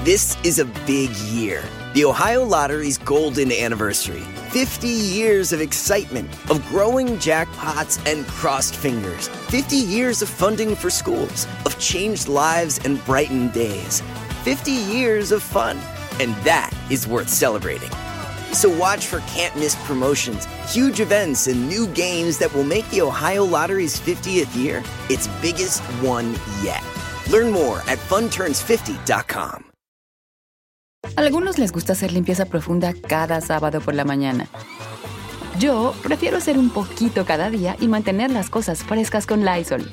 This is a big year. The Ohio Lottery's golden anniversary. 50 years of excitement, of growing jackpots and crossed fingers. 50 years of funding for schools, of changed lives and brightened days. 50 years of fun. And that is worth celebrating. So watch for can't-miss promotions, huge events, and new games that will make the Ohio Lottery's 50th year its biggest one yet. Learn more at funturns50.com. A algunos les gusta hacer limpieza profunda cada sábado por la mañana. Yo prefiero hacer un poquito cada día y mantener las cosas frescas con Lysol.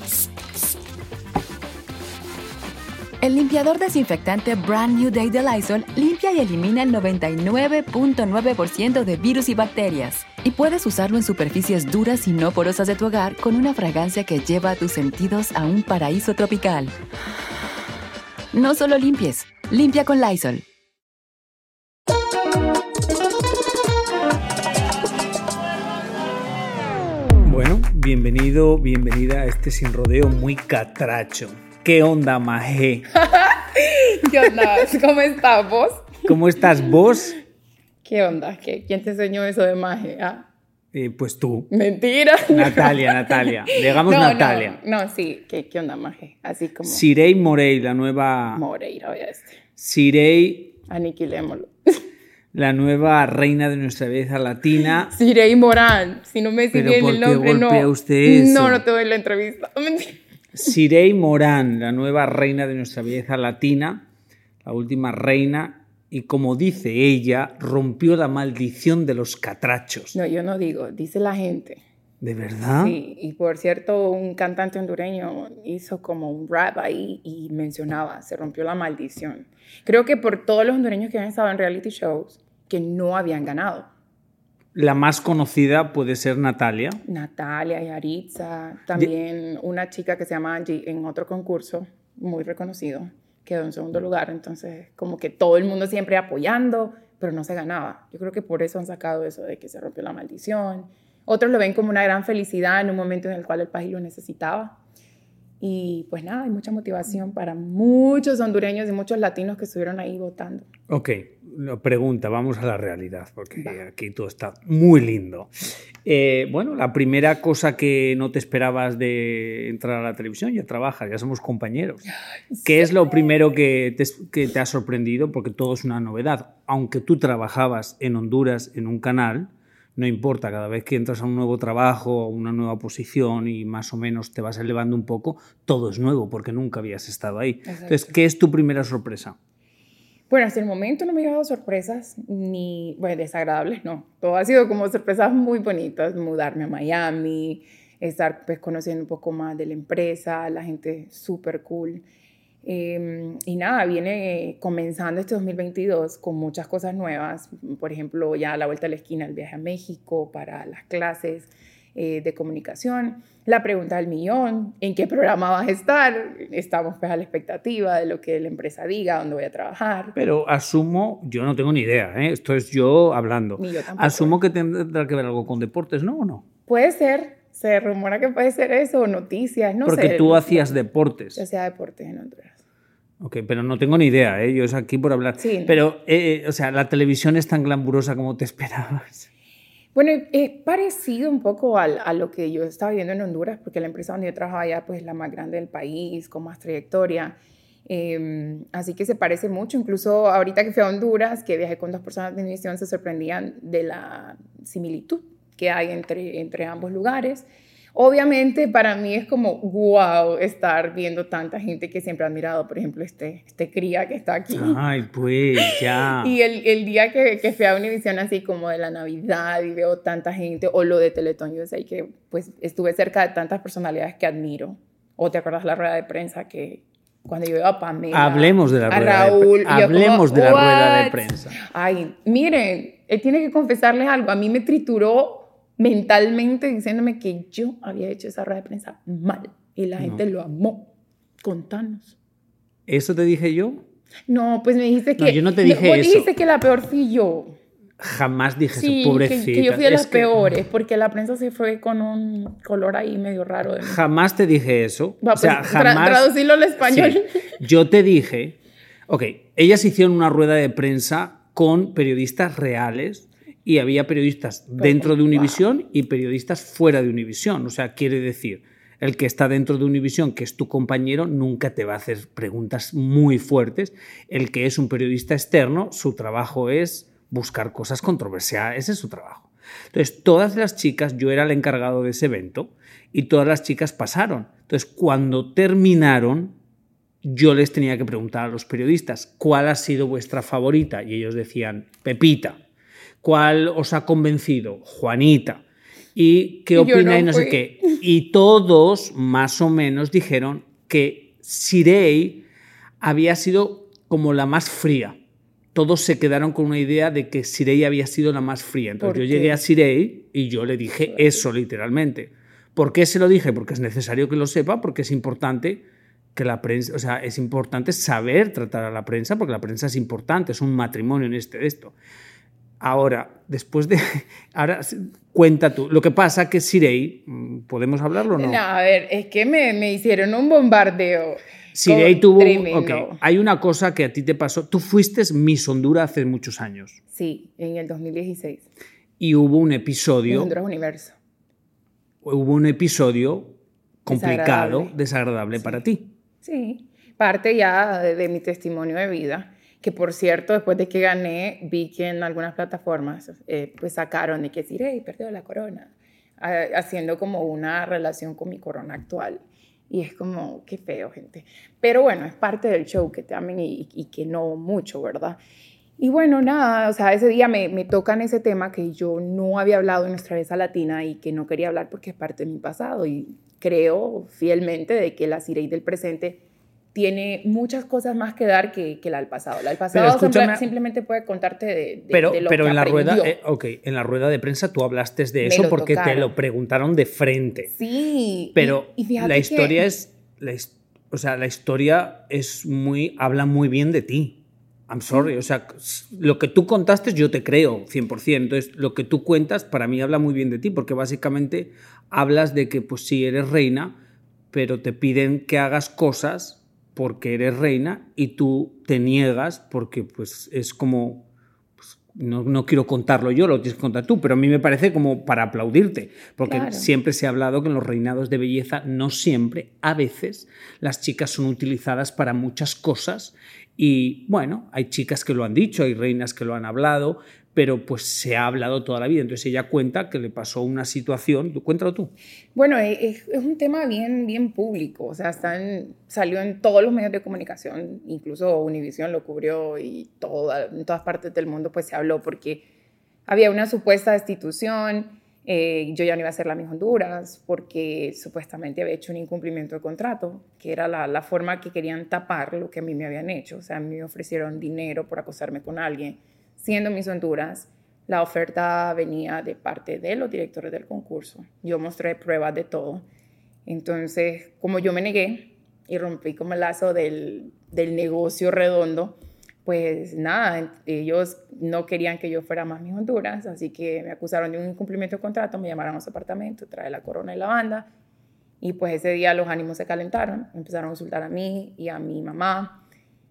El limpiador desinfectante Brand New Day de Lysol limpia y elimina el 99.9% de virus y bacterias. Y puedes usarlo en superficies duras y no porosas de tu hogar con una fragancia que lleva a tus sentidos a un paraíso tropical. No solo limpies, limpia con Lysol. Bueno, bienvenida a este sin rodeo muy catracho. ¿Qué onda, Majé? ¿Qué onda? ¿Cómo estás vos? ¿Cómo estás vos? ¿Qué onda? ¿Quién te enseñó eso de Majé? ¿Ah? Pues tú. Mentira. Natalia. Digamos Natalia. No, sí. ¿Qué onda, Majé? Así como... Sirey Morey, la nueva... Moreira, oye Sirey... Aniquilémoslo. La nueva reina de nuestra belleza latina. Sirey Morán. Si no me decís bien el nombre, no. ¿Pero por qué golpea usted eso? No te doy la entrevista. Mentira. Sirey Morán, la nueva reina de nuestra belleza latina, la última reina, y como dice ella, rompió la maldición de los catrachos. No, yo no digo, dice la gente. ¿De verdad? Sí, y por cierto, un cantante hondureño hizo como un rap ahí y mencionaba, se rompió la maldición. Creo que por todos los hondureños que habían estado en reality shows que no habían ganado. La más conocida puede ser Natalia. Natalia, Yaritza, también una chica que se llama Angie en otro concurso muy reconocido, quedó en segundo lugar, entonces como que todo el mundo siempre apoyando, pero no se ganaba. Yo creo que por eso han sacado eso de que se rompió la maldición. Otros lo ven como una gran felicidad en un momento en el cual el país lo necesitaba. Y pues nada, hay mucha motivación para muchos hondureños y muchos latinos que estuvieron ahí votando. Ok, pregunta, vamos a la realidad, porque aquí todo está muy lindo. Bueno, la primera cosa que no te esperabas de entrar a la televisión, ya trabajas, ya somos compañeros. Sí. ¿Qué es lo primero que te ha sorprendido? Porque todo es una novedad. Aunque tú trabajabas en Honduras en un canal, no importa, cada vez que entras a un nuevo trabajo, a una nueva posición y más o menos te vas elevando un poco, todo es nuevo porque nunca habías estado ahí. Exacto. Entonces, ¿qué es tu primera sorpresa? Bueno, hasta el momento no me he llevado sorpresas ni, bueno, desagradables, no. Todo ha sido como sorpresas muy bonitas, mudarme a Miami, estar pues conociendo un poco más de la empresa, la gente súper cool. Y nada, viene comenzando este 2022 con muchas cosas nuevas, por ejemplo, ya a la vuelta de la esquina el viaje a México para las clases de comunicación, la pregunta del millón, ¿en qué programa vas a estar? Estamos pues a la expectativa de lo que la empresa diga, dónde voy a trabajar. Pero asumo, yo no tengo ni idea, esto es yo hablando, ni yo tampoco. Asumo que tendrá que ver algo con deportes, ¿no? ¿O no? Puede ser, se rumora que puede ser eso, o noticias, no sé. Porque tú hacías deportes. Yo hacía deportes en Honduras. Ok, pero no tengo ni idea, yo es aquí por hablar. Sí, no. Pero, o sea, ¿la televisión es tan glamurosa como te esperabas? Bueno, es parecido un poco a lo que yo estaba viviendo en Honduras, porque la empresa donde yo trabajaba allá pues, es la más grande del país, con más trayectoria. Así que se parece mucho. Incluso ahorita que fui a Honduras, que viajé con 2 personas de mi misión, se sorprendían de la similitud que hay entre ambos lugares. Obviamente para mí es como wow estar viendo tanta gente que siempre ha admirado, por ejemplo este cría que está aquí. Ay, pues ya. Y el día que fui a Univision así como de la Navidad y veo tanta gente, o lo de Teletón USA, que pues estuve cerca de tantas personalidades que admiro. O te acuerdas la rueda de prensa que cuando yo iba a Pamela, hablemos de la rueda Raúl, hablemos de la rueda de prensa. Ay, miren, él tiene que confesarles algo, a mí me trituró mentalmente diciéndome que yo había hecho esa rueda de prensa mal y la gente lo amó. Contanos. ¿Eso te dije yo? No, pues me dijiste que... No, yo no te dije eso. Vos dijiste que la peor fui yo. Jamás dije sí, eso, pobrecita. Que yo fui de las peores, porque la prensa se fue con un color ahí medio raro. Jamás te dije eso. Va, o sea, pues, jamás... traducirlo al español. Sí. Yo te dije... Ok, ellas hicieron una rueda de prensa con periodistas reales y había periodistas dentro de Univisión y periodistas fuera de Univisión. O sea, quiere decir, el que está dentro de Univisión, que es tu compañero, nunca te va a hacer preguntas muy fuertes. El que es un periodista externo, su trabajo es buscar cosas controversiales. Ese es su trabajo. Entonces, todas las chicas, yo era el encargado de ese evento y todas las chicas pasaron. Entonces, cuando terminaron, yo les tenía que preguntar a los periodistas, ¿cuál ha sido vuestra favorita? Y ellos decían, Pepita. ¿Cuál os ha convencido? Juanita. ¿Y qué opináis? No sé qué. Y todos, más o menos, dijeron que Sirey había sido como la más fría. Todos se quedaron con una idea de que Sirey había sido la más fría. Entonces yo llegué a Sirey y yo le dije eso literalmente. ¿Por qué se lo dije? Porque es necesario que lo sepa, porque es importante que la prensa, o sea, es importante saber tratar a la prensa, porque la prensa es importante, es un matrimonio en esto. Ahora, ahora cuenta tú. Lo que pasa que Sirey, ¿podemos hablarlo o no? No, a ver, es que me hicieron un bombardeo. Sirey tuvo... Okay, hay una cosa que a ti te pasó. Tú fuiste Miss Honduras hace muchos años. Sí, en el 2016. Y hubo un episodio... En Honduras Universo. Hubo un episodio complicado, desagradable sí. Para ti. Sí, parte ya de mi testimonio de vida. Que por cierto, después de que gané, vi que en algunas plataformas pues sacaron de que Sirey perdió la corona, haciendo como una relación con mi corona actual. Y es como, qué feo, gente. Pero bueno, es parte del show que te amen y que no mucho, ¿verdad? Y bueno, nada, o sea, ese día me tocan ese tema que yo no había hablado en nuestra Belleza Latina y que no quería hablar porque es parte de mi pasado. Y creo fielmente de que la Sirey del presente tiene muchas cosas más que dar que la del pasado. La del pasado simplemente puede contarte de lo que en la aprendió. Rueda, en la rueda de prensa tú hablaste de eso porque te lo preguntaron de frente. Sí. Pero y la historia la historia habla muy bien de ti. I'm sorry. O sea, lo que tú contaste yo te creo 100%. Entonces, lo que tú cuentas para mí habla muy bien de ti porque básicamente hablas de que pues sí eres reina, pero te piden que hagas cosas porque eres reina y tú te niegas porque pues es como... Pues, no quiero contarlo yo, lo tienes que contar tú, pero a mí me parece como para aplaudirte, porque siempre se ha hablado que en los reinados de belleza no siempre, a veces, las chicas son utilizadas para muchas cosas y bueno, hay chicas que lo han dicho, hay reinas que lo han hablado, pero pues se ha hablado toda la vida. Entonces ella cuenta que le pasó una situación. Cuéntalo tú. Bueno, es un tema bien público. O sea, salió en todos los medios de comunicación, incluso Univisión lo cubrió y en todas partes del mundo pues se habló porque había una supuesta destitución. Yo ya no iba a ser la Miss Honduras porque supuestamente había hecho un incumplimiento de contrato, que era la forma que querían tapar lo que a mí me habían hecho. O sea, a mí me ofrecieron dinero por acosarme con alguien. Siendo Miss Honduras, la oferta venía de parte de los directores del concurso. Yo mostré pruebas de todo. Entonces, como yo me negué y rompí como el lazo del negocio redondo, pues nada, ellos no querían que yo fuera más Miss Honduras, así que me acusaron de un incumplimiento de contrato, me llamaron a su apartamento, trae la corona y la banda, y pues ese día los ánimos se calentaron, empezaron a insultar a mí y a mi mamá,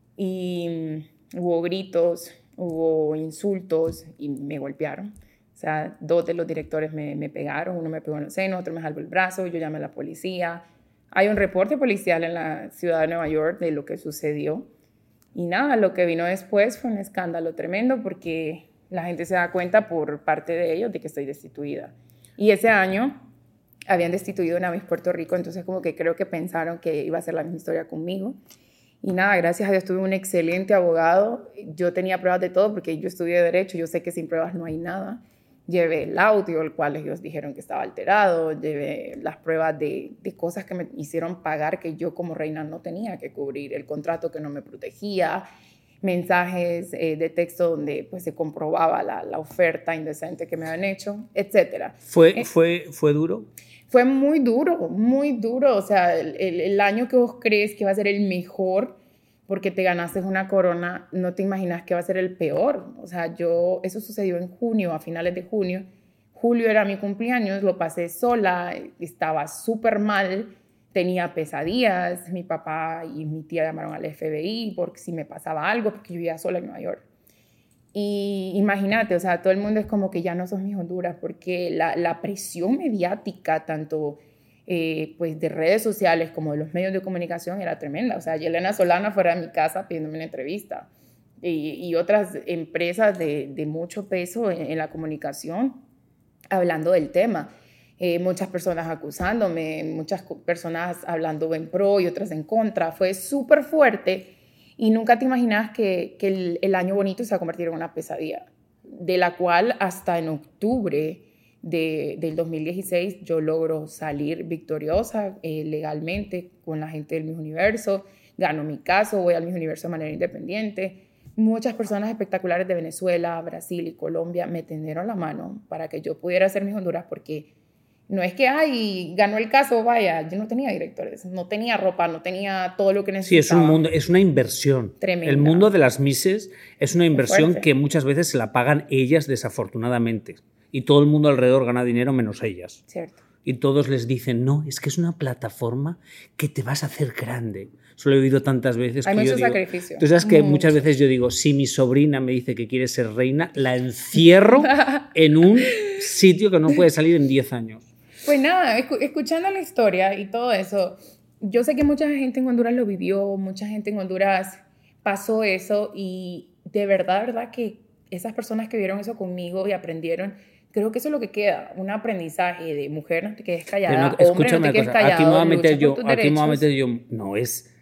y hubo gritos, hubo insultos y me golpearon. O sea, 2 de los directores me pegaron, uno me pegó en los senos, otro me jaló el brazo, yo llamé a la policía. Hay un reporte policial en la ciudad de Nueva York de lo que sucedió. Y nada, lo que vino después fue un escándalo tremendo porque la gente se da cuenta por parte de ellos de que estoy destituida. Y ese año habían destituido a Miss Puerto Rico, entonces como que creo que pensaron que iba a ser la misma historia conmigo. Y nada, gracias a Dios tuve un excelente abogado. Yo tenía pruebas de todo porque yo estudié Derecho. Yo sé que sin pruebas no hay nada. Llevé el audio, el cual ellos dijeron que estaba alterado. Llevé las pruebas de cosas que me hicieron pagar que yo como reina no tenía que cubrir. El contrato que no me protegía. Mensajes de texto donde pues, se comprobaba la oferta indecente que me habían hecho, etc. ¿Fue duro? Fue muy duro. O sea, el año que vos crees que va a ser el mejor porque te ganaste una corona, no te imaginas que va a ser el peor. O sea, eso sucedió en junio, a finales de junio. Julio era mi cumpleaños, lo pasé sola, estaba súper mal. tenía pesadillas. Mi papá y mi tía llamaron al FBI porque si me pasaba algo, porque yo vivía sola en Nueva York. Y imagínate, o sea, todo el mundo es como que ya no sos mi Honduras, porque la presión mediática, tanto pues de redes sociales como de los medios de comunicación, era tremenda. O sea, Yelena Solana fuera de mi casa pidiéndome una entrevista. Y otras empresas de mucho peso en la comunicación hablando del tema. Muchas personas acusándome, muchas personas hablando en pro y otras en contra. Fue súper fuerte. Y nunca te imaginas que el año bonito se va a convertir en una pesadilla, de la cual hasta en octubre del 2016 yo logro salir victoriosa legalmente con la gente del Miss Universo, gano mi caso, voy al Miss Universo de manera independiente. Muchas personas espectaculares de Venezuela, Brasil y Colombia me tendieron la mano para que yo pudiera ser Miss Honduras, porque no es que, ay, ganó el caso, vaya, yo no tenía directores, no tenía ropa, no tenía todo lo que necesitaba. Sí, es un mundo, es una inversión. Tremenda. El mundo de las Misses es una inversión que muchas veces se la pagan ellas desafortunadamente. Y todo el mundo alrededor gana dinero menos ellas. Cierto. Y todos les dicen, no, es que es una plataforma que te vas a hacer grande. Eso lo he oído tantas veces. Hay que mucho yo digo, sacrificio. Tú sabes que muchas veces yo digo, si mi sobrina me dice que quiere ser reina, la encierro en un sitio que no puede salir en 10 años. Pues nada, escuchando la historia y todo eso, yo sé que mucha gente en Honduras lo vivió, mucha gente en Honduras pasó eso, y de verdad que esas personas que vieron eso conmigo y aprendieron, creo que eso es lo que queda, un aprendizaje de mujer, no te quedes callada, no, hombre, no te quedes callado, aquí me voy a meter derechos. yo, no, es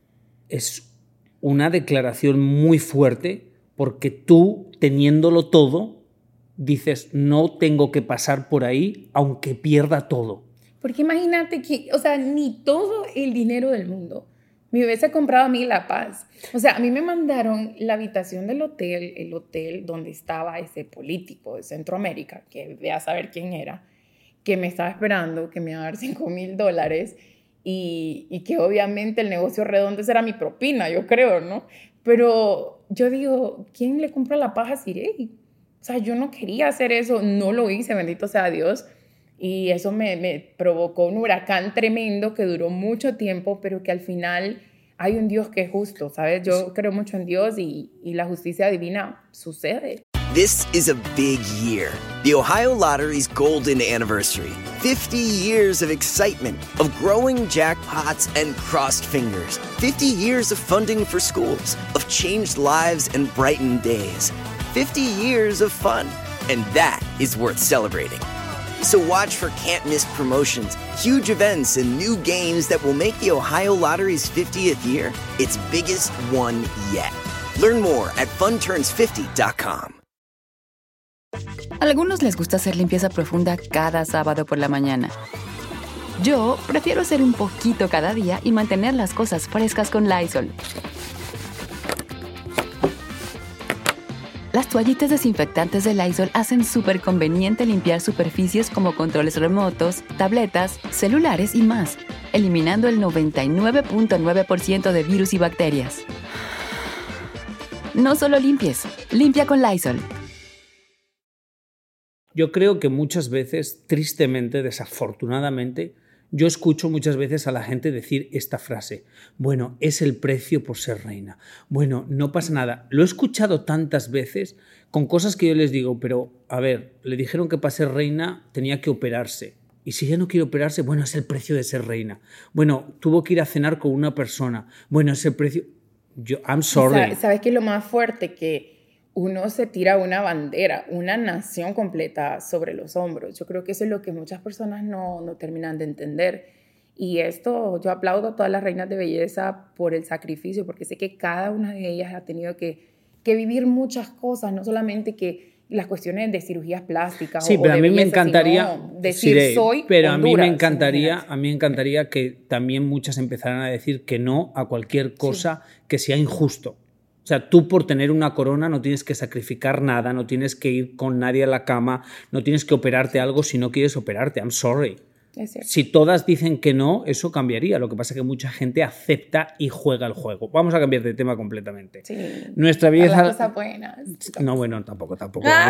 una declaración muy fuerte, porque tú, teniéndolo todo, dices, no tengo que pasar por ahí aunque pierda todo. Porque imagínate que, o sea, ni todo el dinero del mundo me hubiese comprado a mí la paz. O sea, a mí me mandaron la habitación del hotel, el hotel donde estaba ese político de Centroamérica, que ve a saber quién era, que me estaba esperando, que me iba a dar $5,000 y que obviamente el negocio redondo esa era mi propina, yo creo, ¿no? Pero yo digo, ¿quién le compra la paz a Sirey? O sea, yo no quería hacer eso, no lo hice, bendito sea Dios. Y eso me provocó un huracán tremendo que duró mucho tiempo, pero que al final hay un Dios que es justo, ¿sabes? Yo creo mucho en Dios y la justicia divina sucede. This is a big year. The Ohio Lottery's golden anniversary. 50 years of excitement, of growing jackpots and crossed fingers. 50 years of funding for schools, of changed lives and brightened days. 50 years of fun, and that is worth celebrating. So watch for can't-miss promotions, huge events, and new games that will make the Ohio Lottery's 50th year its biggest one yet. Learn more at funturns50.com. A algunos les gusta hacer limpieza profunda cada sábado por la mañana. Yo prefiero hacer un poquito cada día y mantener las cosas frescas con Lysol. Las toallitas desinfectantes de Lysol hacen súper conveniente limpiar superficies como controles remotos, tabletas, celulares y más, eliminando el 99.9% de virus y bacterias. No solo limpies, limpia con Lysol. Yo creo que muchas veces, tristemente, desafortunadamente, yo escucho muchas veces a la gente decir esta frase: bueno, es el precio por ser reina. Bueno, no pasa nada. Lo he escuchado tantas veces con cosas que yo les digo, pero a ver, le dijeron que para ser reina tenía que operarse. Y si ella no quiere operarse, bueno, es el precio de ser reina. Bueno, tuvo que ir a cenar con una persona. Bueno, es el precio. I'm sorry. ¿Sabes qué es lo más fuerte? Que uno se tira una bandera, una nación completa sobre los hombros. Yo creo que eso es lo que muchas personas no terminan de entender. Y esto, yo aplaudo a todas las reinas de belleza por el sacrificio, porque sé que cada una de ellas ha tenido que vivir muchas cosas, no solamente que las cuestiones de cirugías plásticas sí, o pero de a mí belleza, me encantaría decir sí, soy pero Honduras, a mí me encantaría que también muchas empezaran a decir que no a cualquier cosa que sea injusto. O sea, tú por tener una corona no tienes que sacrificar nada, no tienes que ir con nadie a la cama, no tienes que operarte algo si no quieres operarte. I'm sorry. Es cierto. Si todas dicen que no, eso cambiaría. Lo que pasa es que mucha gente acepta y juega el juego. Vamos a cambiar de tema completamente. Sí. Nuestra belleza... Las cosas buenas. No, bueno, tampoco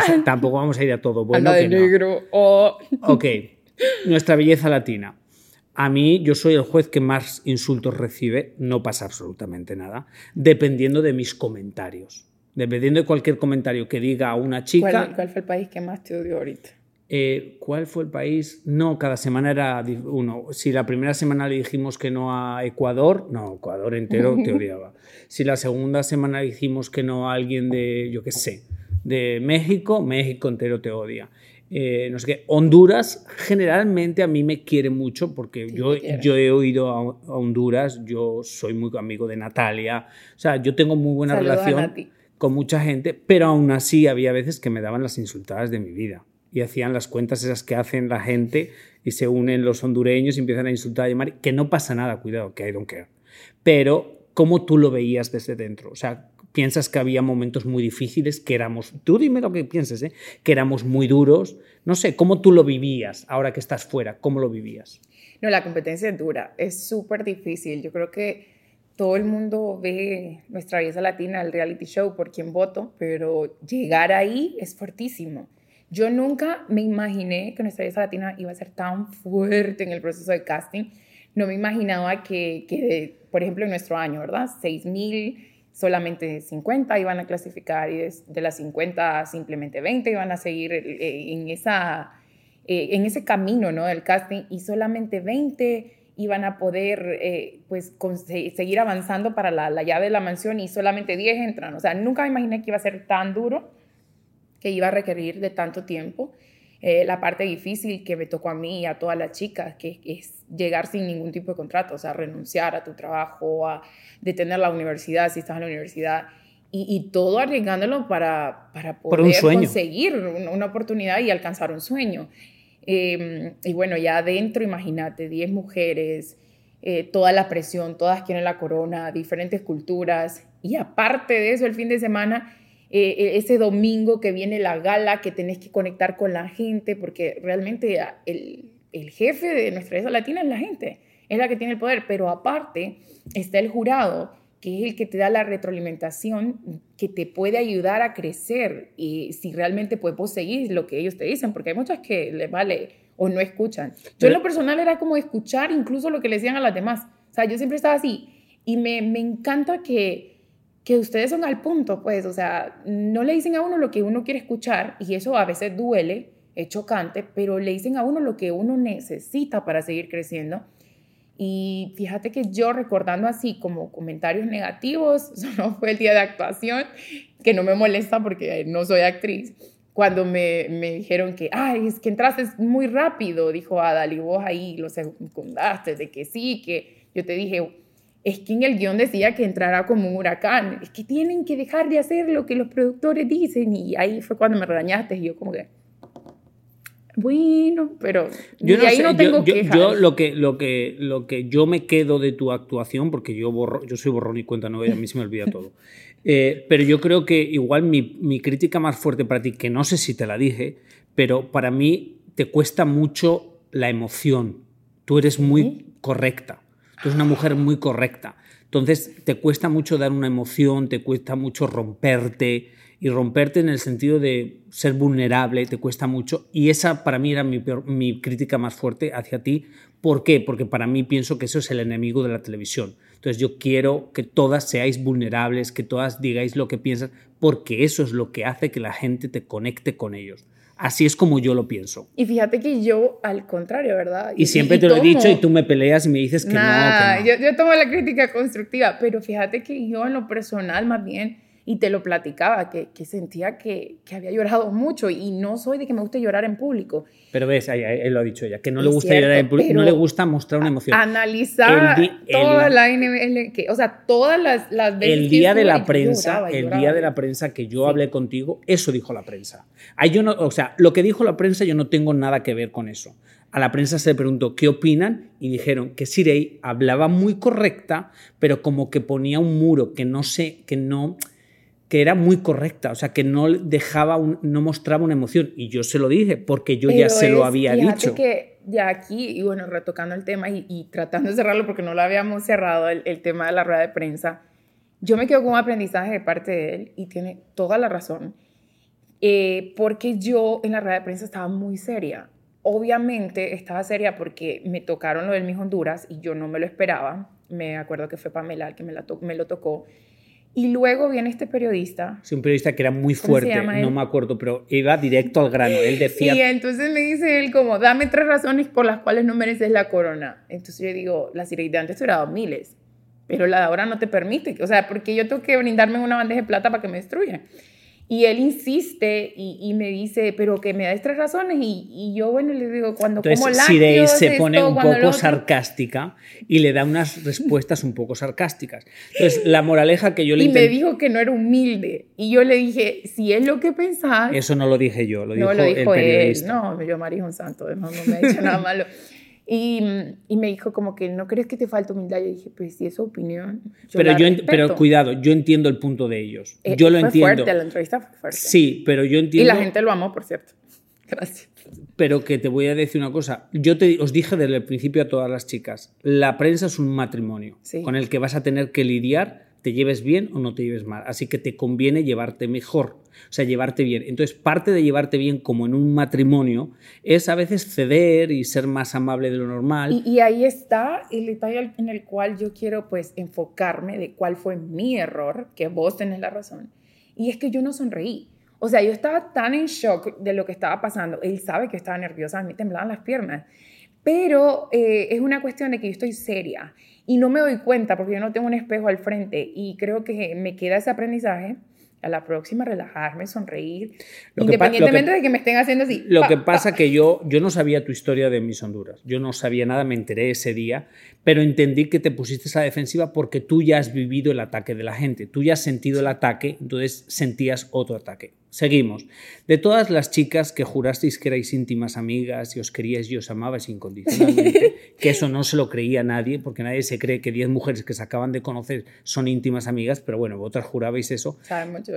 vamos a ir a todo bueno. Anda de negro. Oh. Ok. Nuestra belleza latina. A mí, yo soy el juez que más insultos recibe, no pasa absolutamente nada, dependiendo de mis comentarios. Dependiendo de cualquier comentario que diga a una chica... ¿Cuál fue el país que más te odió ahorita? ¿Cuál fue el país? No, cada semana era uno. Si la primera semana le dijimos que no a Ecuador, no, Ecuador entero te odiaba. Si la segunda semana dijimos que no a alguien de, yo qué sé, de México, México entero te odia. No sé qué. Honduras generalmente a mí me quiere mucho porque sí, yo he oído a Honduras, yo soy muy amigo de Natalia, o sea, yo tengo muy buena relación con mucha gente, pero aún así había veces que me daban las insultadas de mi vida. Y hacían las cuentas esas que hacen la gente y se unen los hondureños y empiezan a insultar y llamar, que no pasa nada, cuidado, que I don't care. Pero, ¿cómo tú lo veías desde dentro? O sea, ¿piensas que había momentos muy difíciles, que éramos, tú dime lo que pienses, que éramos muy duros? No sé, ¿cómo tú lo vivías ahora que estás fuera? ¿Cómo lo vivías? No, la competencia es dura, es súper difícil. Yo creo que todo el mundo ve Nuestra Belleza Latina, el reality show, por quien voto, pero llegar ahí es fuertísimo. Yo nunca me imaginé que Nuestra Belleza Latina iba a ser tan fuerte en el proceso de casting. No me imaginaba que por ejemplo, en nuestro año, ¿verdad? 6,000, solamente 50 iban a clasificar y de las 50 simplemente 20 iban a seguir en ese camino, ¿no? Del casting, y solamente 20 iban a poder seguir avanzando para la llave de la mansión y solamente 10 entran. O sea, nunca me imaginé que iba a ser tan duro, que iba a requerir de tanto tiempo. La parte difícil que me tocó a mí y a todas las chicas, que es llegar sin ningún tipo de contrato, o sea, renunciar a tu trabajo, a detener la universidad si estás en la universidad, y todo arriesgándolo para poder conseguir una oportunidad y alcanzar un sueño. Y bueno, ya adentro, imagínate, 10 mujeres, toda la presión, todas quieren la corona, diferentes culturas, y aparte de eso, el fin de semana, ese domingo que viene la gala, que tenés que conectar con la gente, porque realmente el jefe de Nuestra Belleza Latina es la gente, es la que tiene el poder, pero aparte está el jurado, que es el que te da la retroalimentación, que te puede ayudar a crecer, y si realmente puedes seguir lo que ellos te dicen, porque hay muchas que les vale o no escuchan. Yo en lo personal era como escuchar incluso lo que le decían a las demás, o sea, yo siempre estaba así, y me encanta que ustedes son al punto, pues, o sea, no le dicen a uno lo que uno quiere escuchar, y eso a veces duele, es chocante, pero le dicen a uno lo que uno necesita para seguir creciendo. Y fíjate que yo, recordando así como comentarios negativos, solo fue el día de actuación, que no me molesta porque no soy actriz, cuando me dijeron que, ay, es que entraste muy rápido, dijo Adal, y vos ahí lo secundaste de que sí, que yo te dije, es que en el guión decía que entrara como un huracán, es que tienen que dejar de hacer lo que los productores dicen, y ahí fue cuando me regañaste, y yo como que, bueno, pero yo no ahí sé, no tengo quejas. Yo lo que yo me quedo de tu actuación, porque yo soy borrón y cuenta nueva y a mí se me olvida todo, pero yo creo que igual mi crítica más fuerte para ti, que no sé si te la dije, pero para mí te cuesta mucho la emoción, tú eres muy correcta. Tú eres una mujer muy correcta. Entonces, te cuesta mucho dar una emoción, te cuesta mucho romperte, y romperte en el sentido de ser vulnerable, te cuesta mucho. Y esa para mí era mi crítica más fuerte hacia ti. ¿Por qué? Porque para mí pienso que eso es el enemigo de la televisión. Entonces, yo quiero que todas seáis vulnerables, que todas digáis lo que piensas, porque eso es lo que hace que la gente te conecte con ellos. Así es como yo lo pienso. Y fíjate que yo, al contrario, ¿verdad? Y siempre te lo he dicho y tú me peleas y me dices que no. Yo tomo la crítica constructiva, pero fíjate que yo en lo personal más bien, y te lo platicaba, que sentía que había llorado mucho, y no soy de que me guste llorar en público. Pero ves, él lo ha dicho ella, que no le gusta llorar en público, no le gusta mostrar una emoción. Analizar toda la NBL, o sea, todas las veces el día de la prensa, el día de la prensa que yo hablé contigo, eso dijo la prensa. O sea, lo que dijo la prensa yo no tengo nada que ver con eso. A la prensa se le preguntó qué opinan y dijeron que Sirey hablaba muy correcta, pero como que ponía un muro que era muy correcta, o sea, que no dejaba, no mostraba una emoción. Y yo se lo dije, porque yo ya se lo había dicho. Que ya aquí, y bueno, retocando el tema y tratando de cerrarlo, porque no lo habíamos cerrado, el tema de la rueda de prensa, yo me quedo con un aprendizaje de parte de él, y tiene toda la razón, porque yo en la rueda de prensa estaba muy seria. obviamente estaba seria porque me tocaron lo del Miss Honduras y yo no me lo esperaba. Me acuerdo que fue Pamela el que me lo tocó. Y luego viene este periodista. Sí, un periodista que era muy fuerte, no me acuerdo, pero iba directo al grano. Él decía... Y entonces me dice él como, dame 3 razones por las cuales no mereces la corona. Entonces yo digo, la Sirey de antes te hubiera dado miles, pero la de ahora no te permite. O sea, porque yo tengo que brindarme una bandeja de plata para que me destruyan. Y él insiste y me dice, pero que me des 3 razones. Y yo, bueno, le digo, cuando entonces, como lácteos... Sirey se pone un poco sarcástica y le da unas respuestas un poco sarcásticas. Entonces, la moraleja que yo le me dijo que no era humilde. Y yo le dije, si es lo que pensás... Eso no lo dije yo, lo dijo el periodista. No, yo María un santo, no me ha dicho nada malo. Y me dijo como que no crees que te falta humildad. Yo dije, pues si es su opinión, pero cuidado, yo entiendo el punto de ellos. Yo lo entiendo. Fuerte, la entrevista fue fuerte. Sí, pero yo entiendo... Y la gente lo amó, por cierto. Gracias. Pero que te voy a decir una cosa. Yo os dije desde el principio a todas las chicas, la prensa es un matrimonio con el que vas a tener que lidiar, te lleves bien o no te lleves mal. Así que te conviene llevarte mejor, o sea, llevarte bien. Entonces, parte de llevarte bien como en un matrimonio es a veces ceder y ser más amable de lo normal. Y ahí está el detalle en el cual yo quiero pues enfocarme de cuál fue mi error, que vos tenés la razón. Y es que yo no sonreí. O sea, yo estaba tan en shock de lo que estaba pasando. Él sabe que estaba nerviosa, a mí temblaban las piernas. Pero es una cuestión de que yo estoy seria y no me doy cuenta porque yo no tengo un espejo al frente y creo que me queda ese aprendizaje. A la próxima relajarme, sonreír, independientemente de que me estén haciendo así. Lo que pasa que yo no sabía tu historia de Miss Honduras. Yo no sabía nada, me enteré ese día, pero entendí que te pusiste a la defensiva porque tú ya has vivido el ataque de la gente. Tú ya has sentido el ataque, entonces sentías otro ataque. Seguimos. De todas las chicas que jurasteis que erais íntimas amigas y os queríais y os amabais incondicionalmente, que eso no se lo creía nadie, porque nadie se cree que 10 mujeres que se acaban de conocer son íntimas amigas, pero bueno, vosotras jurabais eso. Saben mucho.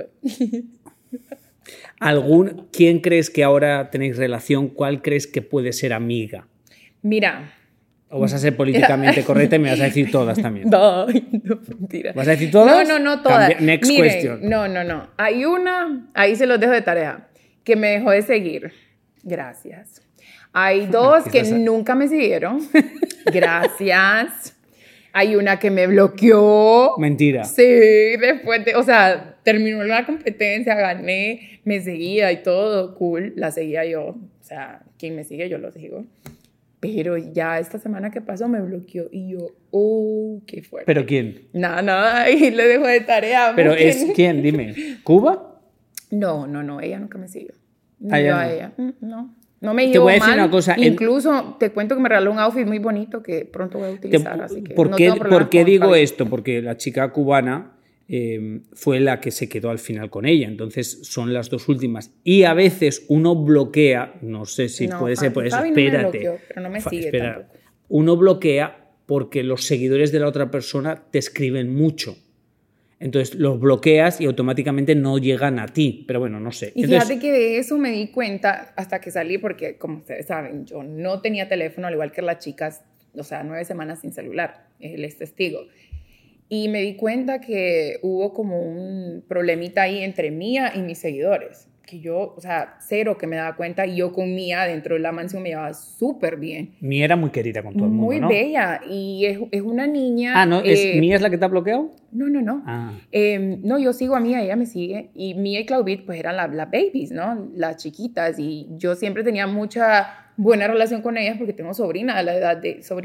¿Quién crees que ahora tenéis relación? ¿Cuál crees que puede ser amiga? Mira... ¿O vas a ser políticamente correcta y me vas a decir todas también? No, mentira. ¿Vas a decir todas? No todas. Next question. No. Hay una, ahí se los dejo de tarea, que me dejó de seguir. Gracias. Hay 2 que nunca me siguieron. Gracias. Hay una que me bloqueó. Mentira. Sí, después terminó la competencia, gané, me seguía y todo, cool. La seguía yo. O sea, quien me sigue, yo lo sigo. Pero ya esta semana que pasó me bloqueó y yo, qué fuerte. ¿Pero quién? Nada, y le dejo de tarea. ¿Pero es quién? Dime. ¿Cuba? No, ella nunca me siguió. Ella no me llevó mal. Te voy a decir una cosa. Incluso te cuento que me regaló un outfit muy bonito que pronto voy a utilizar, así que ¿Por qué digo esto? Porque la chica cubana fue la que se quedó al final con ella, entonces son las 2 últimas y a veces uno bloquea, no sé si puede ser por eso, espérate, no me bloqueó, pero no me sigue tampoco. Uno bloquea porque los seguidores de la otra persona te escriben mucho, entonces los bloqueas y automáticamente no llegan a ti, pero bueno, no sé. Y fíjate que de eso me di cuenta hasta que salí, porque como ustedes saben, yo no tenía teléfono, al igual que las chicas, o sea, 9 semanas sin celular, él es testigo. Y me di cuenta que hubo como un problemita ahí entre Mía y mis seguidores. Que yo, o sea, cero que me daba cuenta. Y yo con Mía dentro de la mansión me llevaba súper bien. Mía era muy querida con todo el mundo, ¿no? Muy bella. Y es una niña... Ah, ¿no? ¿Mía es la que te ha bloqueado? No. Ah. No, yo sigo a Mía, ella me sigue. Y Mía y Claudette, pues eran las babies, ¿no? Las chiquitas. Y yo siempre tenía mucha buena relación con ellas porque tengo sobrinos de la edad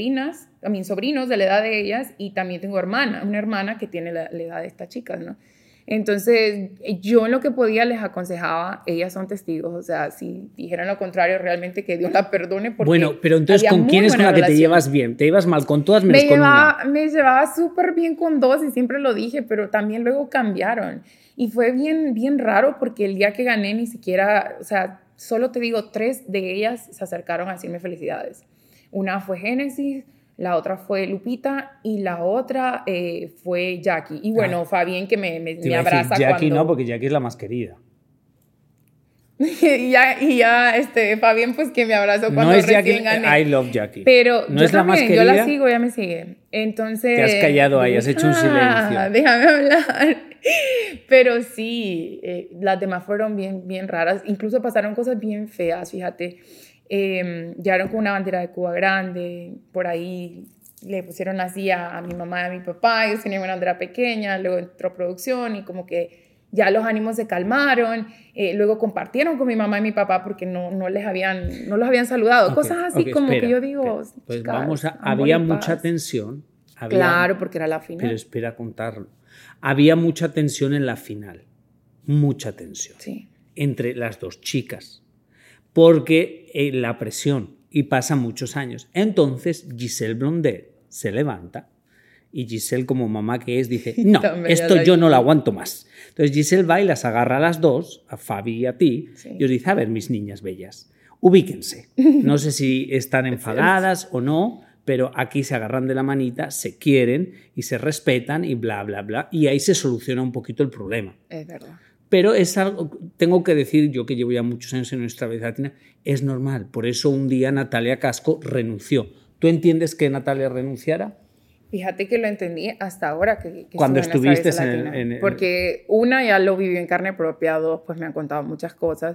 de ellas, y también tengo una hermana que tiene la edad de estas chicas, ¿no? Entonces, yo en lo que podía les aconsejaba, ellas son testigos, o sea, si dijeran lo contrario, realmente que Dios la perdone. Porque bueno, pero entonces, ¿con quién es con la que te llevas bien? ¿Te llevas mal con todas menos con una? Me llevaba súper bien con 2 y siempre lo dije, pero también luego cambiaron. Y fue bien raro porque el día que gané ni siquiera, o sea, solo te digo, 3 de ellas se acercaron a decirme felicidades. Una fue Génesis, la otra fue Lupita y la otra fue Jackie. Y bueno, Fabián que me abraza Jackie cuando... no, porque Jackie es la más querida. y ya Fabián pues que me abrazó cuando recién gané. I love Jackie. Pero ¿no es la más querida? Yo la sigo, ella me sigue. Entonces... Te has callado ahí, has hecho un silencio. Déjame hablar. Pero sí, las demás fueron bien raras. Incluso pasaron cosas bien feas, fíjate. llegaron con una bandera de Cuba grande, por ahí le pusieron así a mi mamá y a mi papá, ellos tenían una bandera pequeña, luego entró producción y como que ya los ánimos se calmaron, luego compartieron con mi mamá y mi papá porque no los habían saludado, cosas así como espera, que yo digo, pues chicas, había amor y mucha paz. tensión. Claro, porque era la final. Pero espera a contarlo. Había mucha tensión en la final, mucha tensión Sí. entre las dos chicas, porque la presión, y pasa muchos años. Entonces Giselle Blondet se levanta y Giselle, como mamá que es, dice, no, esto yo no lo aguanto más. Entonces Giselle va y las agarra a las dos, a Fabi y a ti, Sí. y os dice, a ver, mis niñas bellas, ubíquense. No sé si están enfadadas o no, pero aquí se agarran de la manita, se quieren y se respetan y bla, bla, bla. Y ahí se soluciona un poquito el problema. Es verdad. Pero es algo, tengo que decir, yo que llevo ya muchos años en nuestra vida latina, es normal. Por eso un día Natalia Casco renunció. ¿Tú entiendes que Natalia renunciara? Fíjate que lo entendí hasta ahora que Cuando estuve en esta estuviste Belleza Latina. en Porque una, ya lo vivió en carne propia, dos, pues me han contado muchas cosas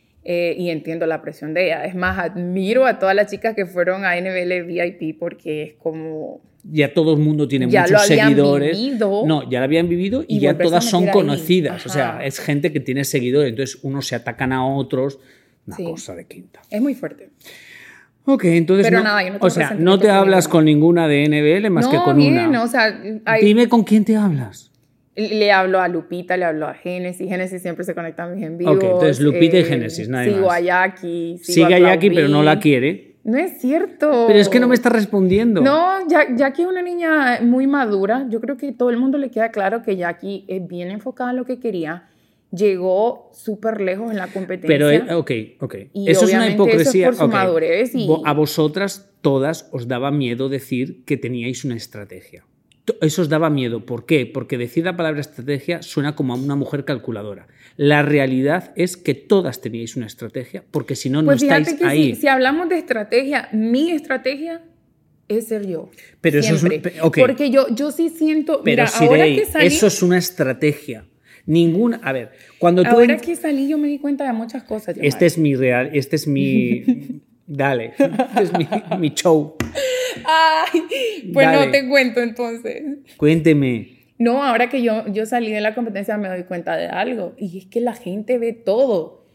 y entiendo la presión de ella. Es más, admiro a todas las chicas que fueron a NBL VIP porque es como... Ya todo el mundo tiene ya muchos lo habían seguidores. vivido, No, ya lo habían vivido y ya volverse todas a son meter ahí. conocidas. O sea, Ajá. es gente que tiene seguidores. Entonces, unos se atacan a otros. Una Sí. cosa de quinta. Es muy fuerte. Ok, entonces. Pero no, nada, yo no tengo o sea, resentimiento no te con hablas ninguna. con ninguna de NBL más que con bien, una. o sea, Dime con quién te hablas. le hablo a Lupita, le hablo a Génesis. Génesis siempre se conecta a mis en vivos. Ok, entonces Lupita y Génesis, nadie sigo más. a Jackie. Sigue a Jackie, pero no la quiere. No es cierto. Pero es que no me está respondiendo. No, Jackie es una niña muy madura. Yo creo que todo el mundo le queda claro que Jackie es bien enfocada en lo que quería. Llegó súper lejos en la competencia. Pero, ok. Y Eso es una obviamente hipocresía. eso es por su Ok. madurez y- A vosotras todas os daba miedo decir que teníais una estrategia. Eso os daba miedo. ¿Por qué? Porque decir la palabra estrategia suena como a una mujer calculadora. La realidad es que todas teníais una estrategia, porque si no, no Pues fíjate estáis que ahí. si hablamos de estrategia, mi estrategia es ser yo. Pero eso es siempre. ok. Porque yo sí siento... Pero mira, Sirey, ahora que salí... eso es una estrategia. Ninguna. A ver, cuando tú. Ahora que salí yo me di cuenta de muchas cosas. Este es mi real. Este es mi. Dale. Este es mi show. Ay, pues Dale. no te cuento entonces. Cuénteme. No, ahora que yo salí de la competencia me doy cuenta de algo. Y es que la gente ve todo.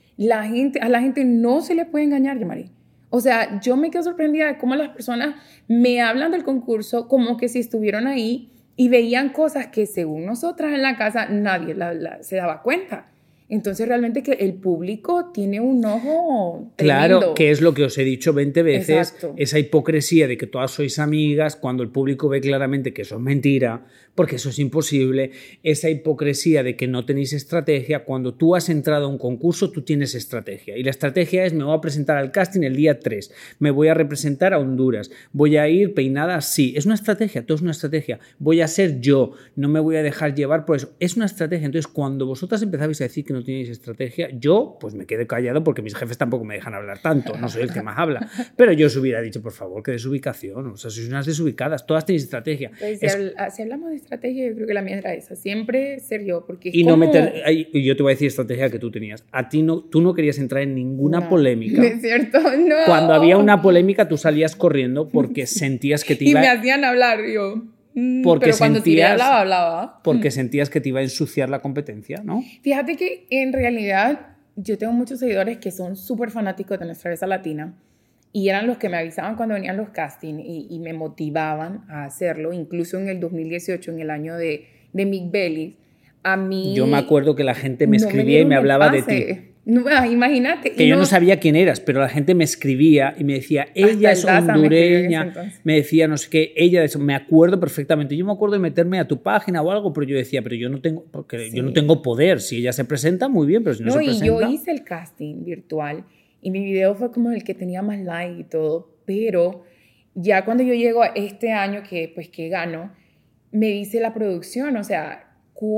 A la gente no se le puede engañar, Yamari. O sea, yo me quedo sorprendida de cómo las personas me hablan del concurso como que si estuvieron ahí y veían cosas que según nosotras en la casa nadie se daba cuenta. Entonces realmente que el público tiene un ojo Claro, tremendo. que es lo que os he dicho 20 veces, Exacto. esa hipocresía de que todas sois amigas cuando el público ve claramente que eso es mentira, porque eso es imposible, esa hipocresía de que no tenéis estrategia, cuando tú has entrado a un concurso tú tienes estrategia y la estrategia es me voy a presentar al casting el día 3, me voy a representar a Honduras, voy a ir peinada así, es una estrategia, todo es una estrategia, voy a ser yo, no me voy a dejar llevar por eso, es una estrategia. Entonces cuando vosotras empezabais a decir que no teníais estrategia, yo pues me quedé callado porque mis jefes tampoco me dejan hablar tanto, no soy el que más habla, pero yo os hubiera dicho, por favor, que desubicación, o sea, sois unas desubicadas, todas tenéis estrategia. Pues, Es- si hablamos de estrategia, yo creo que la mía era esa, siempre ser yo, porque y no como- meter, y yo te voy a decir estrategia que tú tenías, a ti no, tú no querías entrar en ninguna No, polémica. ¿no es cierto? No. Cuando había una polémica tú salías corriendo porque sentías que te Y iba me hacían hablar, yo. Porque pero cuando tiré sentías- hablaba. porque sentías que te iba a ensuciar la competencia, ¿no? Fíjate que en realidad yo tengo muchos seguidores que son súper fanáticos de nuestra Belleza Latina y eran los que me avisaban cuando venían los castings y me motivaban a hacerlo. Incluso en el 2018, en el año de Mick Bellis, a mí... Yo me acuerdo que la gente me no escribía y dieron me el hablaba de pase. ti. No, imagínate. Que y yo no sabía quién eras, pero la gente me escribía y me decía, Hasta ella el es Daza me escribió en ese hondureña, entonces. me decía no sé qué, ella de eso, me acuerdo perfectamente. Yo me acuerdo de meterme a tu página o algo, pero yo decía, pero yo no tengo, porque Sí. yo no tengo poder. Si ella se presenta, muy bien, pero si no, No, se y presenta. yo hice el casting virtual y mi video fue como el que tenía más like y todo, pero ya cuando yo llego a este año que gano, me dice la producción, o sea,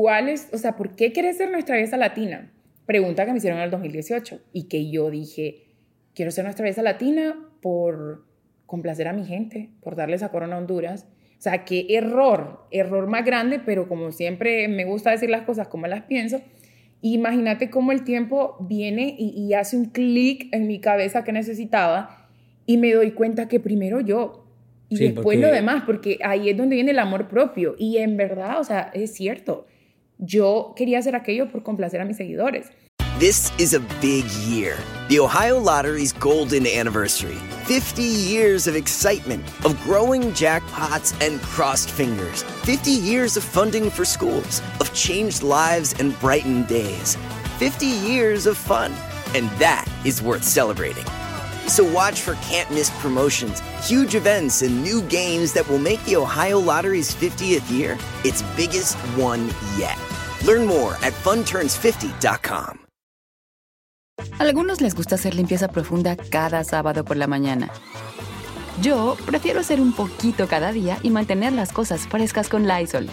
¿por qué quieres ser nuestra Belleza Latina? Pregunta que me hicieron en el 2018 y que yo dije, quiero ser nuestra Belleza Latina por complacer a mi gente, por darle esa corona a Honduras. O sea, qué error más grande, pero como siempre me gusta decir las cosas como las pienso. Imagínate cómo el tiempo viene y hace un clic en mi cabeza que necesitaba y me doy cuenta que primero yo y Sí, después porque- lo demás, porque ahí es donde viene el amor propio. Y en verdad, o sea, es cierto. Yo quería hacer aquello por complacer a mis seguidores. This is a big year. The Ohio Lottery's golden anniversary. 50 years of excitement, of growing jackpots and crossed fingers. 50 years of funding for schools, of changed lives and brightened days. 50 years of fun. And that is worth celebrating. So watch for can't-miss promotions, huge events, and new games that will make the Ohio Lottery's 50th year its biggest one yet. Learn more at funturns50.com. A algunos les gusta hacer limpieza profunda cada sábado por la mañana. Yo prefiero hacer un poquito cada día y mantener las cosas frescas con Lysol.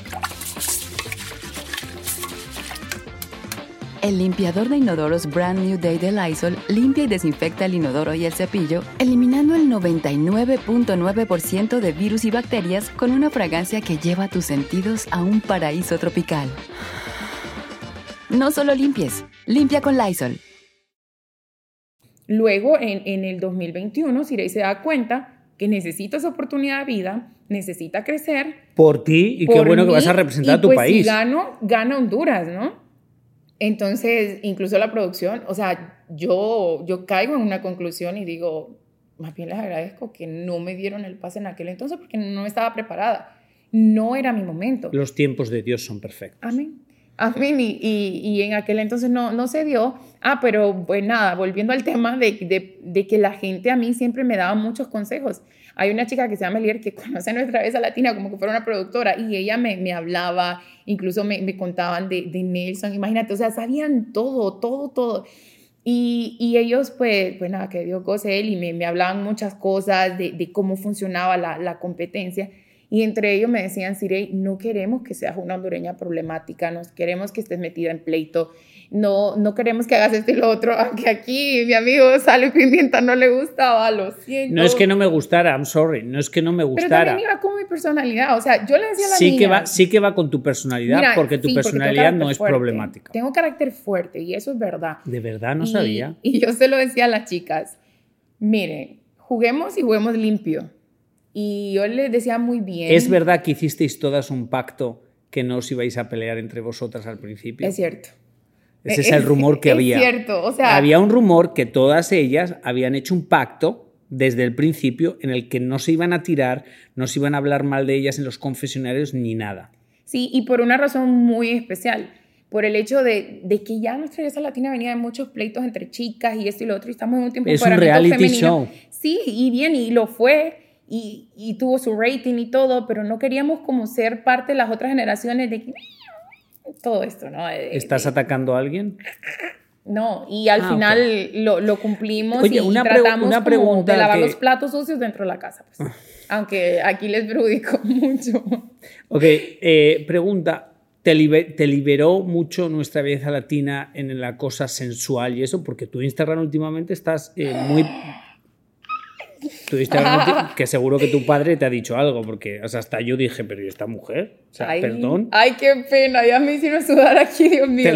El limpiador de inodoros Brand New Day de Lysol limpia y desinfecta el inodoro y el cepillo, eliminando el 99.9% de virus y bacterias con una fragancia que lleva tus sentidos a un paraíso tropical. No solo limpies, limpia con Lysol. Luego, en el 2021, Sirey se da cuenta que necesita esa oportunidad de vida, necesita crecer. Por ti, y qué por bueno que mí, vas a representar a tu pues, país. Si gana Honduras, ¿no? Entonces, incluso la producción, o sea, yo caigo en una conclusión y digo, más bien les agradezco que no me dieron el pase en aquel entonces porque no estaba preparada. No era mi momento. Los tiempos de Dios son perfectos. Amén. Amén. Y en aquel entonces no se dio. Pero pues nada, volviendo al tema de que la gente a mí siempre me daba muchos consejos. Hay una chica que se llama Elier que conoce a Nuestra Bella Latina como que fuera una productora y ella me hablaba, incluso me contaban de Nelson, imagínate, o sea, sabían todo. Y ellos, pues nada, que Dios goce él, y me hablaban muchas cosas de cómo funcionaba la competencia. Y entre ellos me decían, Sirey, no queremos que seas una hondureña problemática, no queremos que estés metida en pleito, no queremos que hagas esto y lo otro, aunque aquí mi amigo Sal y Pimienta no le gustaba, lo siento. No es que no me gustara, I'm sorry, no es que no me gustara. Pero también iba con mi personalidad, o sea, yo le decía a la niña... Sí que va con tu personalidad, Mira, porque tu sí, personalidad no es fuerte. problemática. Tengo carácter fuerte y eso es verdad. De verdad, no sabía. Y yo se lo decía a las chicas, miren, juguemos y juguemos limpio. Y yo les decía muy bien. ¿Es verdad que hicisteis todas un pacto que no os ibais a pelear entre vosotras al principio? Es cierto. Ese es el rumor que había. Es cierto, o sea... Había un rumor que todas ellas habían hecho un pacto desde el principio en el que no se iban a tirar, no se iban a hablar mal de ellas en los confesionarios ni nada. Sí, y por una razón muy especial. Por el hecho de que ya Nuestra Belleza Latina venía de muchos pleitos entre chicas y esto y lo otro, y estamos en un tiempo de Es un empoderamiento reality femenino. show. Sí, y bien, y lo fue, y tuvo su rating y todo, pero no queríamos como ser parte de las otras generaciones de todo esto, ¿no? ¿Estás atacando a alguien? No, y al final lo cumplimos. Oye, y tratamos una pregunta de lavar que... los platos sucios dentro de la casa, pues. Aunque aquí les perjudicó mucho. Ok, pregunta, ¿te liberó mucho Nuestra Belleza Latina en la cosa sensual y eso? Porque tu Instagram últimamente estás muy... Tu Instagram, que seguro que tu padre te ha dicho algo, porque o sea, hasta yo dije, pero ¿y esta mujer? O sea, perdón. Ay, qué pena, ya me hicieron sudar aquí, Dios mío.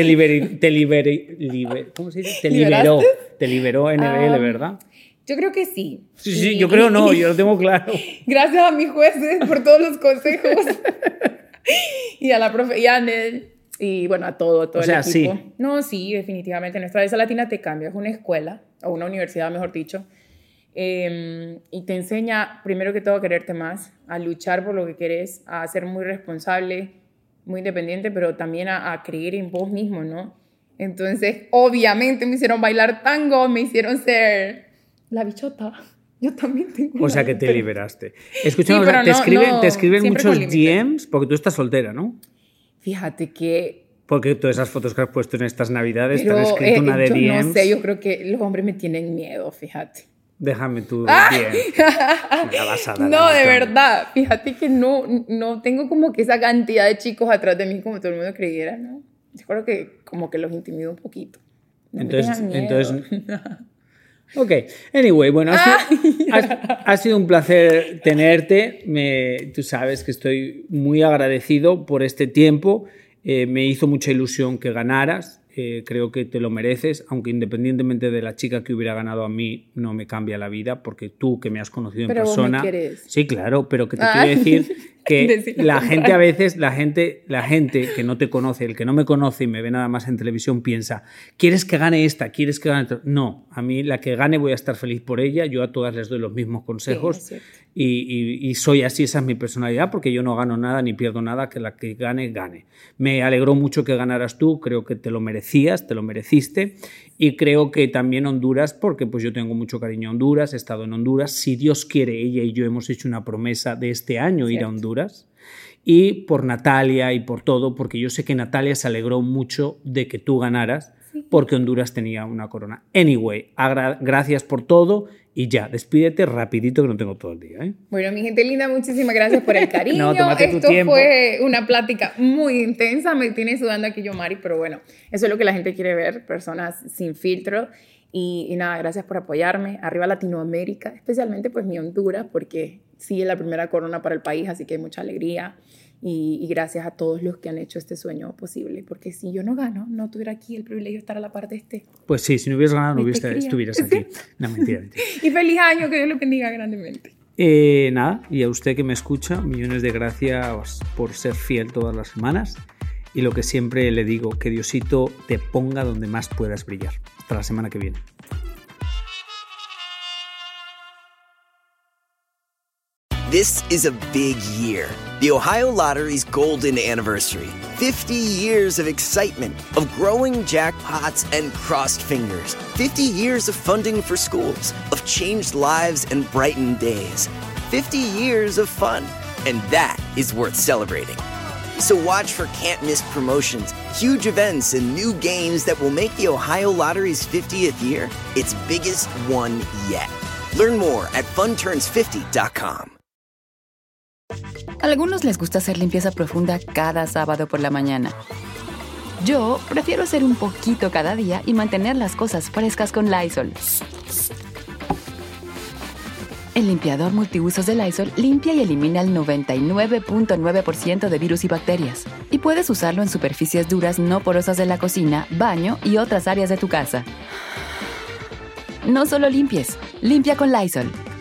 ¿Cómo se dice? Te liberó NBL, ¿verdad? Yo creo que sí. Sí, yo creo no, yo lo tengo claro. Gracias a mis jueces por todos los consejos. Y a la profe Yanel. Y bueno, a todo el equipo. Sí. No, sí, definitivamente. Nuestra Belleza Latina te cambia. Es una escuela, o una universidad, mejor dicho. Y te enseña, primero que todo, a quererte más, a luchar por lo que querés, a ser muy responsable, muy independiente, pero también a creer en vos mismo, ¿no? Entonces, obviamente me hicieron bailar tango, me hicieron ser la bichota. Yo también tengo. O sea que te liberaste. Escúchame, sí, te escriben muchos DMs, porque tú estás soltera, ¿no? Fíjate que... Porque todas esas fotos que has puesto en estas navidades te han escrito una de yo DMs. No sé, yo creo que los hombres me tienen miedo, fíjate. Déjame tu DM. Me la vas a dar. No, de verdad. Fíjate que no tengo como que esa cantidad de chicos atrás de mí como todo el mundo creyera, ¿no? Yo creo que como que los intimido un poquito. No entonces Ok. Anyway, bueno, ha sido un placer tenerte. Tú sabes que estoy muy agradecido por este tiempo. Me hizo mucha ilusión que ganaras. creo que te lo mereces, aunque independientemente de la chica que hubiera ganado a mí, no me cambia la vida, porque tú que me has conocido en persona... Vos me querés. Sí, claro, pero que te quiero decir que la gente a veces, la gente que no te conoce, el que no me conoce y me ve nada más en televisión piensa, ¿quieres que gane esta? ¿Quieres que gane esta? No, a mí la que gane voy a estar feliz por ella, yo a todas les doy los mismos consejos. Sí, y soy así, esa es mi personalidad, porque yo no gano nada ni pierdo nada, que la que gane, gane. Me alegró mucho que ganaras tú, creo que te lo merecías, te lo mereciste, y creo que también Honduras, porque pues yo tengo mucho cariño a Honduras, he estado en Honduras, si Dios quiere, ella y yo hemos hecho una promesa de este año ir a Honduras, y por Natalia y por todo, porque yo sé que Natalia se alegró mucho de que tú ganaras, porque Honduras tenía una corona. Anyway, gracias por todo. Y ya, despídete rapidito que no tengo todo el día, ¿eh? Bueno, mi gente linda, muchísimas gracias por el cariño. No, esto fue una plática muy intensa, me tiene sudando aquí yo, Mari, pero bueno, eso es lo que la gente quiere ver, personas sin filtro. Y nada, gracias por apoyarme. Arriba Latinoamérica, especialmente pues mi Honduras, porque sí es la primera corona para el país, así que hay mucha alegría. Y gracias a todos los que han hecho este sueño posible, porque si yo no gano, no tuviera aquí el privilegio de estar a la par de este. Pues sí, si no hubieras ganado, no estuvieras aquí. No, mentira. Y feliz año, que Dios lo bendiga grandemente. Nada, y a usted que me escucha, millones de gracias por ser fiel todas las semanas. Y lo que siempre le digo, que Diosito te ponga donde más puedas brillar. Hasta la semana que viene. This is a big year. The Ohio Lottery's golden anniversary. 50 years of excitement, of growing jackpots and crossed fingers. 50 years of funding for schools, of changed lives and brightened days. 50 years of fun. And that is worth celebrating. So watch for can't-miss promotions, huge events, and new games that will make the Ohio Lottery's 50th year its biggest one yet. Learn more at funturns50.com. A algunos les gusta hacer limpieza profunda cada sábado por la mañana. Yo prefiero hacer un poquito cada día y mantener las cosas frescas con Lysol. El limpiador multiusos de Lysol limpia y elimina el 99.9% de virus y bacterias. Y puedes usarlo en superficies duras no porosas de la cocina, baño y otras áreas de tu casa. No solo limpies, limpia con Lysol.